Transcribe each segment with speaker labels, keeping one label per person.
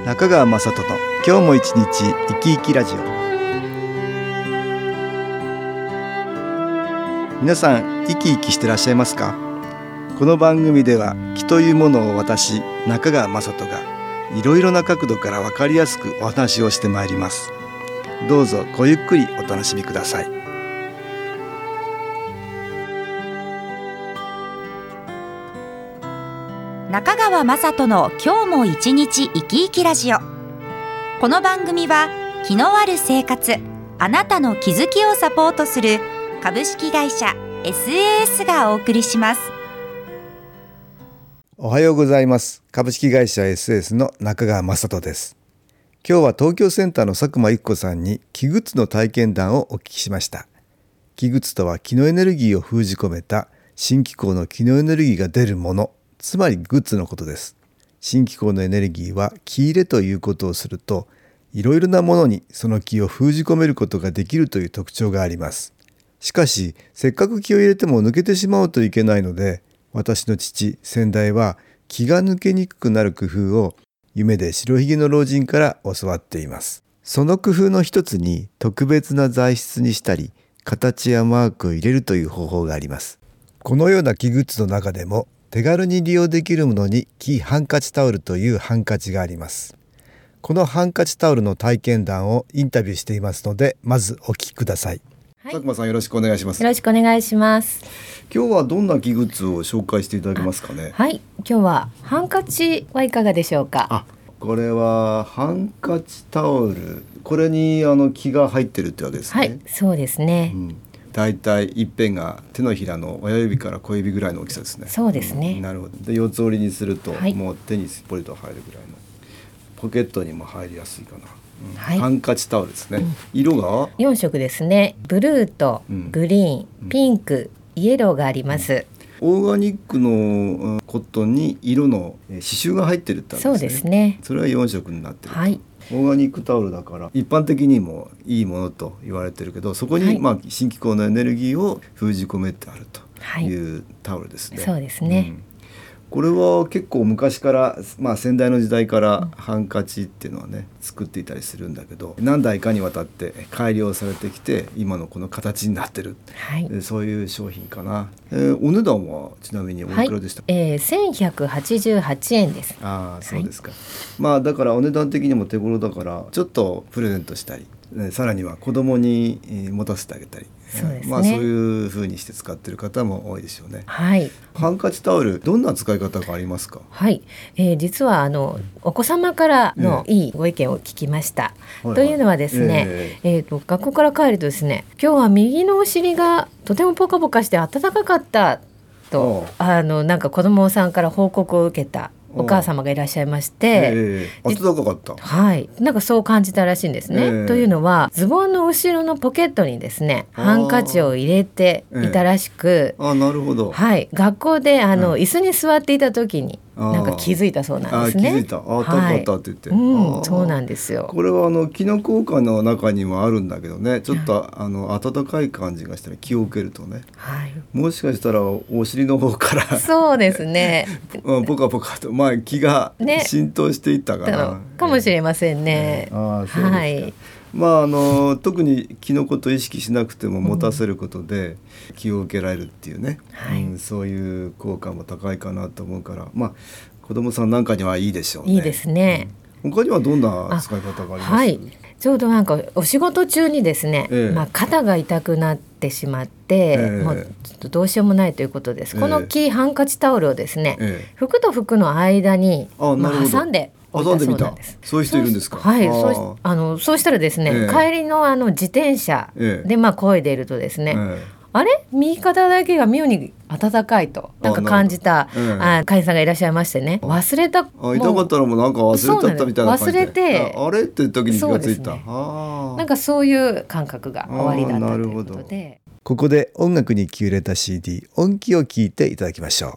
Speaker 1: 中川雅人の今日も一日生き生きラジオ。皆さん生き生きしてらっしゃいますか？この番組では気というものを私中川雅人がいろいろな角度から分かりやすくお話をしてまいります。どうぞごゆっくりお楽しみください。
Speaker 2: 中川雅人の今日も一日生き生きラジオ。この番組は気のある生活、あなたの気づきをサポートする株式会社 SAS がお送りします。
Speaker 1: おはようございます。株式会社 SAS の中川雅人です。今日は東京センターの佐久間一子さんに気グッズの体験談をお聞きしました。気グッズとは気のエネルギーを封じ込めた新機構の気のエネルギーが出るもの、つまりグッズのことです。新機構のエネルギーは気入れということをすると、いろいろなものにその気を封じ込めることができるという特徴があります。しかし、せっかく気を入れても抜けてしまうといけないので、私の父、先代は気が抜けにくくなる工夫を夢で白ひげの老人から教わっています。その工夫の一つに特別な材質にしたり、形やマークを入れるという方法があります。このような気グッズの中でも、手軽に利用できるものに気ハンカチタオルというハンカチがあります。このハンカチタオルの体験談をインタビューしていますので、まずお聞きください。佐久間さん、よろしくお願いします。
Speaker 3: よろしくお願いします。
Speaker 1: 今日はどんな気グッズを紹介していただけますかね？
Speaker 3: はい、今日はハンカチはいかがでしょうか？
Speaker 1: これはハンカチタオル、これに気が入ってるってわけですね。
Speaker 3: はい、そうですね。
Speaker 1: だいたい一辺が手のひらの親指から小指ぐらいの大きさですね。
Speaker 3: そうですね。
Speaker 1: なるほど。で、四つ折りにすると、
Speaker 3: はい、
Speaker 1: もう手にすっぽりと入るぐらいの、ポケットにも入りやすいかな。
Speaker 3: はい、
Speaker 1: ハンカチタオルですね。色が
Speaker 3: 4色ですね。ブルーとグリーン、ピンク、イエローがあります。
Speaker 1: オーガニックのコットンに色の刺繍が入ってるってわけですね。
Speaker 3: そうですね。
Speaker 1: それは4色になってると。
Speaker 3: はい、
Speaker 1: オーガニックタオルだから一般的にもいいものと言われてるけど、そこに新機構のエネルギーを封じ込めてあるというタオルですね。
Speaker 3: そうですね。
Speaker 1: これは結構昔から、先代の時代からハンカチっていうのはね作っていたりするんだけど、何代かにわたって改良されてきて今のこの形になってる、そういう商品かな。お値段はちなみにおいくらでした？
Speaker 3: 1188円です。
Speaker 1: そうですか。だからお値段的にも手頃だから、ちょっとプレゼントしたり、さらには子供に持たせてあげたり、
Speaker 3: そうですね。
Speaker 1: そういう風にして使ってる方も多いでしょうね。
Speaker 3: はい。
Speaker 1: ハンカチタオル、どんな使い方がありますか？
Speaker 3: はい、実はお子様からのいいご意見を聞きました。というのはですね、学校から帰るとですね、今日は右のお尻がとてもポカポカして暖かかったとなんか子供さんから報告を受けたお母様がいらっしゃいまして、
Speaker 1: 暖かかった。
Speaker 3: はい、なんかそう感じたらしいんですね。というのはズボンの後ろのポケットにですねハンカチを入れていたらしく、
Speaker 1: なるほど。
Speaker 3: はい、学校で椅子に座っていた時になんか気づいたそうなんですね。
Speaker 1: 気づいた。暖かかったって言って、
Speaker 3: そうなんですよ。
Speaker 1: これは気の効果の中にもあるんだけどね、ちょっと暖かい感じがしたら気を受けるとね、もしかしたらお尻の方から
Speaker 3: そうですね
Speaker 1: ポカポカと気が浸透していったかな、
Speaker 3: かもしれませんね。
Speaker 1: そうですか。特に気のことを意識しなくても持たせることで気を受けられるっていうね、そういう効果も高いかなと思うから、子供さんなんかにはいいでしょうね。
Speaker 3: いいですね。
Speaker 1: 他にはどんな使い方があります？
Speaker 3: ちょうどなんかお仕事中にですね、肩が痛くなってしまって、もうちょっとどうしようもないということです。このハンカチタオルをですね、服と服の間に挟んで
Speaker 1: みた。そういう人いるんですか？
Speaker 3: そうしたらですね、帰りの自転車で漕いでいるとですね、あれ右肩だけが妙に暖かいとなんか感じた会員さんがいらっしゃいましてね、忘れた、
Speaker 1: 痛かったらもうなんか忘れちゃったみたいな感じで、
Speaker 3: 忘れて
Speaker 1: あれって時に気がついた。
Speaker 3: なんかそういう感覚が終わりだったということで、
Speaker 1: ここで音楽に気を入れた CD 音気を聞いていただきましょう。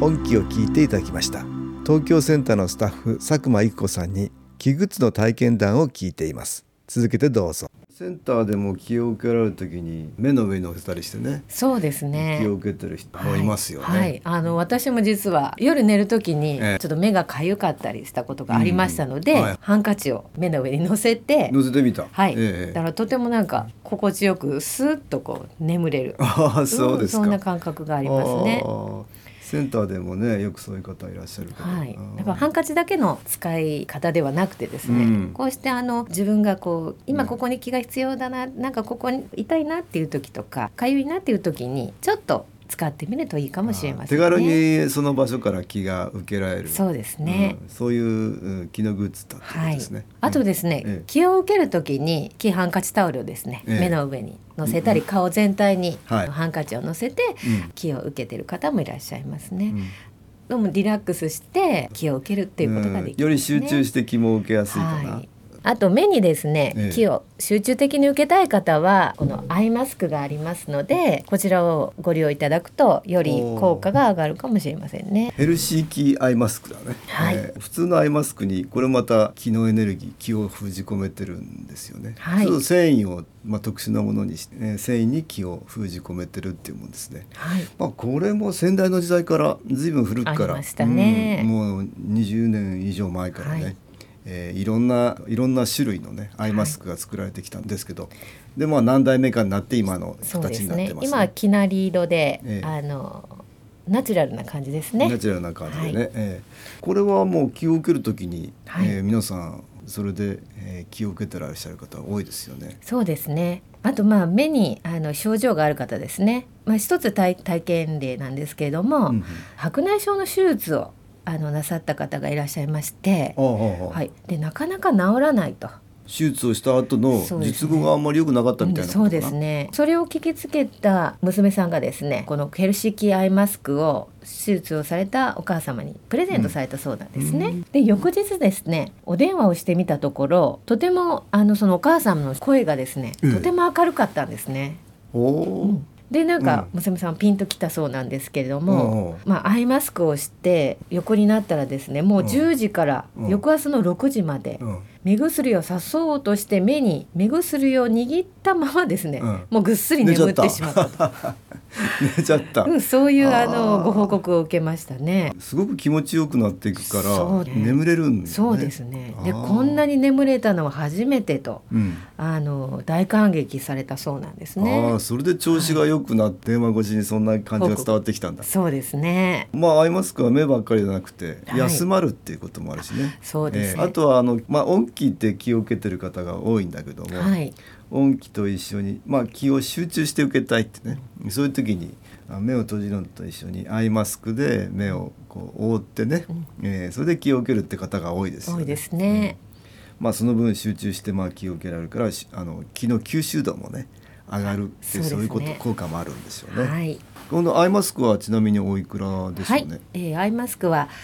Speaker 1: 音気を聞いていただきました。東京センターのスタッフ佐久間育子さんに気グッズの体験談を聞いています。続けてどうぞ。センターでも気を受けられるときに目の上に乗せたりしてね。
Speaker 3: そうですね。
Speaker 1: 気を受けてる人もいますよね。
Speaker 3: はいはい、私も実は夜寝るときにちょっと目がかゆかったりしたことがありましたので、はい、ハンカチを目の上に乗せて
Speaker 1: みた。
Speaker 3: はい、だからとてもなんか心地よくスーッとこう眠れる。
Speaker 1: そうですか。
Speaker 3: そんな感覚がありますね。
Speaker 1: センターでもねよくそういう方いらっしゃるから、
Speaker 3: はい、だからハンカチだけの使い方ではなくてですね、こうして自分がこう今ここに気が必要だな、なんかここに痛いなっていう時とかかゆいなっていう時にちょっと使ってみるといいかもしれませんね。
Speaker 1: 手軽にその場所から気が受けられる。
Speaker 3: そうですね、
Speaker 1: そういう気のグッズだってことですね。
Speaker 3: あとですね、気を受けるときに気ハンカチタオルをですね、目の上に乗せたり、顔全体にハンカチを乗せて気を受けている方もいらっしゃいますね。どうもリラックスして気を受けるっていうことができますね。
Speaker 1: より集中して気も受けやすいかな。
Speaker 3: あと目にですね、気を集中的に受けたい方はこのアイマスクがありますので、こちらをご利用いただくとより効果が上がるかもしれませんね。
Speaker 1: ヘルシー気アイマスクだね。はい、普通のアイマスクにこれまた気のエネルギー、気を封じ込めてるんですよね。はい、繊維を、特殊なものにして、繊維に気を封じ込めてるっていうもんですね。はい、これも先代の時代から随分古くからありましたね。もう20年以上前からね。いろんな種類のねアイマスクが作られてきたんですけど、で何代目かになって今の形になってますね。
Speaker 3: 今はきなり色で、ナチュラルな感じですね。
Speaker 1: ナチュラルな感じでね、これはもう気を受けるときに、皆さんそれで、気を受けてらっしゃる方多いですよね。
Speaker 3: そうですね。あと目に症状がある方ですね。一つ体験例なんですけれども、白内障の手術をなさった方がいらっしゃいまして、はい、でなかなか治らないと。
Speaker 1: 手術をした後の術後があんまり良くなかったみたいなことかな。
Speaker 3: そうですね。それを聞きつけた娘さんがですね、このヘルシー気アイマスクを手術をされたお母様にプレゼントされたそうなんですね。で翌日ですね、お電話をしてみたところ、とてもそのお母様の声がですね、とても明るかったんですね。でなんか娘さんピンときたそうなんですけれども、アイマスクをして横になったらですね、もう10時から翌朝の6時まで目薬をさそうとして目に目薬を握ったままですね、もうぐっすり眠ってしまったと。
Speaker 1: 寝ちゃった、
Speaker 3: そういうご報告を受けましたね。
Speaker 1: すごく気持ちよくなっていくから眠れるんですね。
Speaker 3: そうですね。でこんなに眠れたのは初めてと、大感激されたそうなんですね。
Speaker 1: それで調子が良くなって、電話越しにそんな感じが伝わってきたんだ。
Speaker 3: そうですね。
Speaker 1: アイマスクは目ばっかりじゃなくて、休まるっていうこともあるしね。
Speaker 3: そうですね。
Speaker 1: あとは音気って気を受けてる方が多いんだけども、音気と一緒に、気を集中して受けたいってね、そういう時に目を閉じるのと一緒にアイマスクで目をこう覆ってね、それで気を受けるって方が多いですよね。
Speaker 3: 多いですね。
Speaker 1: その分集中して気を受けられるから、気の吸収度もね上がるっていう、そういう効果もあるんですよね。このアイマスクはちなみにおいくらでしょうね。
Speaker 3: アイマスクは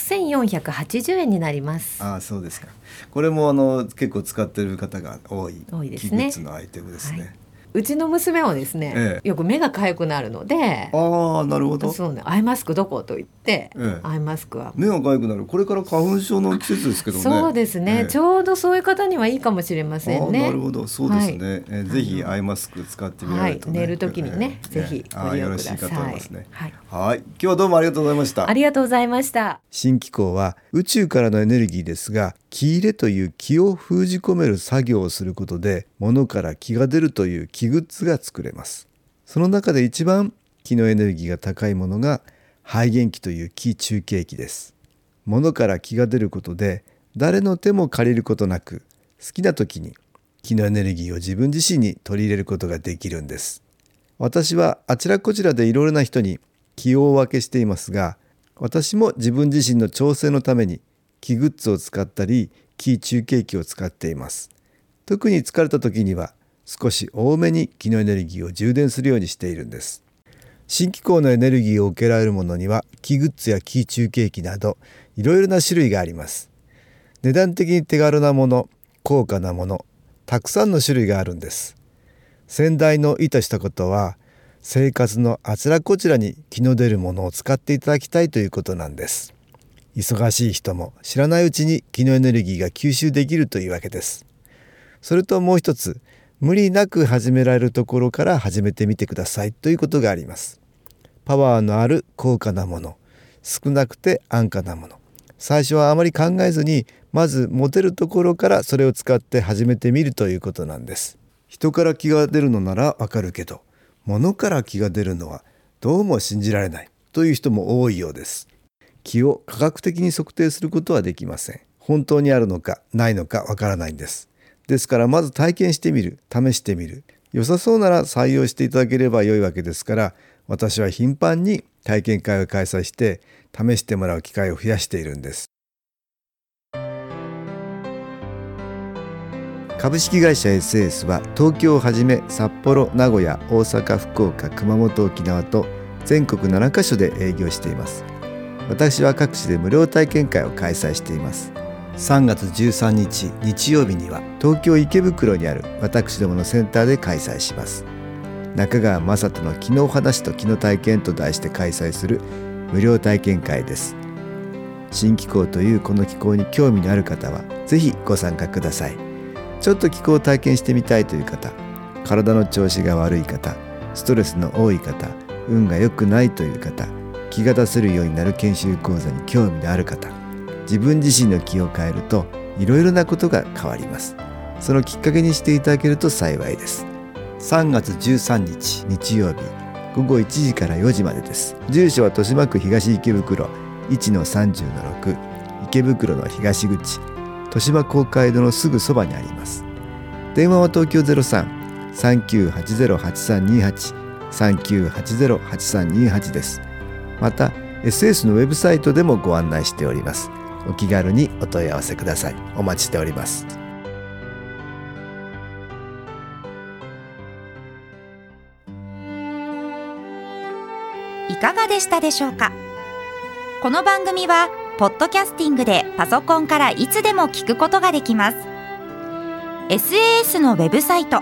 Speaker 3: 6480円になります。
Speaker 1: そうですか。これも結構使ってる方が多い
Speaker 3: ですね。
Speaker 1: 気グッズのアイテムですね。
Speaker 3: うちの娘もですね、よく目が痒くなるので、
Speaker 1: なるほど。
Speaker 3: そうね、アイマスクどこと言って、アイマスクは
Speaker 1: 目が痒くなる。これから花粉症の季節ですけどね。
Speaker 3: そうですね、ちょうどそういう方にはいいかもしれませんね。
Speaker 1: なるほど、そうですね。ぜひアイマスク使ってみられるとね、
Speaker 3: 寝る時にね、ぜひご利用ください。
Speaker 1: よろしいかと思いますね。はい、今日はどうもありがとうございました。
Speaker 3: ありがとうございました。
Speaker 1: 新気候は宇宙からのエネルギーですが、気入れという気を封じ込める作業をすることで物から気が出るという気グッズが作れます。その中で一番気のエネルギーが高いものが肺元気という気中継機です。物から気が出ることで誰の手も借りることなく、好きな時に気のエネルギーを自分自身に取り入れることができるんです。私はあちらこちらでいろいろな人に気をお分けしていますが、私も自分自身の調整のために気グッズを使ったり気中継機を使っています。特に疲れた時には少し多めに気のエネルギーを充電するようにしているんです。新気候のエネルギーを受けられるものには気グッズや気中継機などいろいろな種類があります。値段的に手軽なもの、高価なもの、たくさんの種類があるんです。先代の意図したことは、 生活のあちらこちらに気の出るものを使っていただきたいということなんです。忙しい人も知らないうちに気のエネルギーが吸収できるというわけです。それともう一つ、無理なく始められるところから始めてみてくださいということがあります。パワーのある高価なもの、少なくて安価なもの、最初はあまり考えずにまず持てるところからそれを使って始めてみるということなんです。人から気が出るのならわかるけど、物から気が出るのはどうも信じられないという人も多いようです。気を科学的に測定することはできません。本当にあるのかないのかわからないんです。ですからまず体験してみる、試してみる。良さそうなら採用していただければ良いわけですから、私は頻繁に体験会を開催して試してもらう機会を増やしているんです。株式会社 SS は東京をはじめ札幌、名古屋、大阪、福岡、熊本、沖縄と全国7カ所で営業しています。私は各地で無料体験会を開催しています。3月13日日曜日には東京池袋にある私どものセンターで開催します。中川雅人の気の話と気の体験と題して開催する無料体験会です。新気候というこの気候に興味のある方はぜひご参加ください。ちょっと気候を体験してみたいという方、体の調子が悪い方、ストレスの多い方、運が良くないという方、気が出せるようになる研修講座に興味のある方、自分自身の気を変えるといろいろなことが変わります。そのきっかけにしていただけると幸いです。3月13日日曜日午後1時から4時までです。住所は豊島区東池袋 1-30-6 池袋の東口豊島公会堂のすぐそばにあります。電話は東京 03-3980-8328 3980-8328 です。また SS のウェブサイトでもご案内しております。お気軽にお問い合わせください。お待ちしております。
Speaker 2: いかがでしたでしょうか。この番組はポッドキャスティングでパソコンからいつでも聞くことができます。 SAS のウェブサイト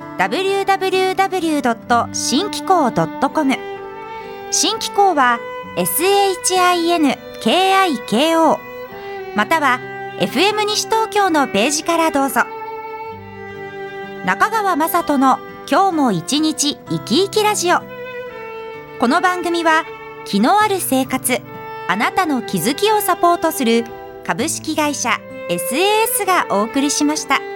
Speaker 2: www.新機構 .com 新機構は SHINKIKO または FM 西東京のページからどうぞ。中川雅人の今日も一日生き生きラジオ。この番組は気のある生活、あなたの気づきをサポートする株式会社 SAS がお送りしました。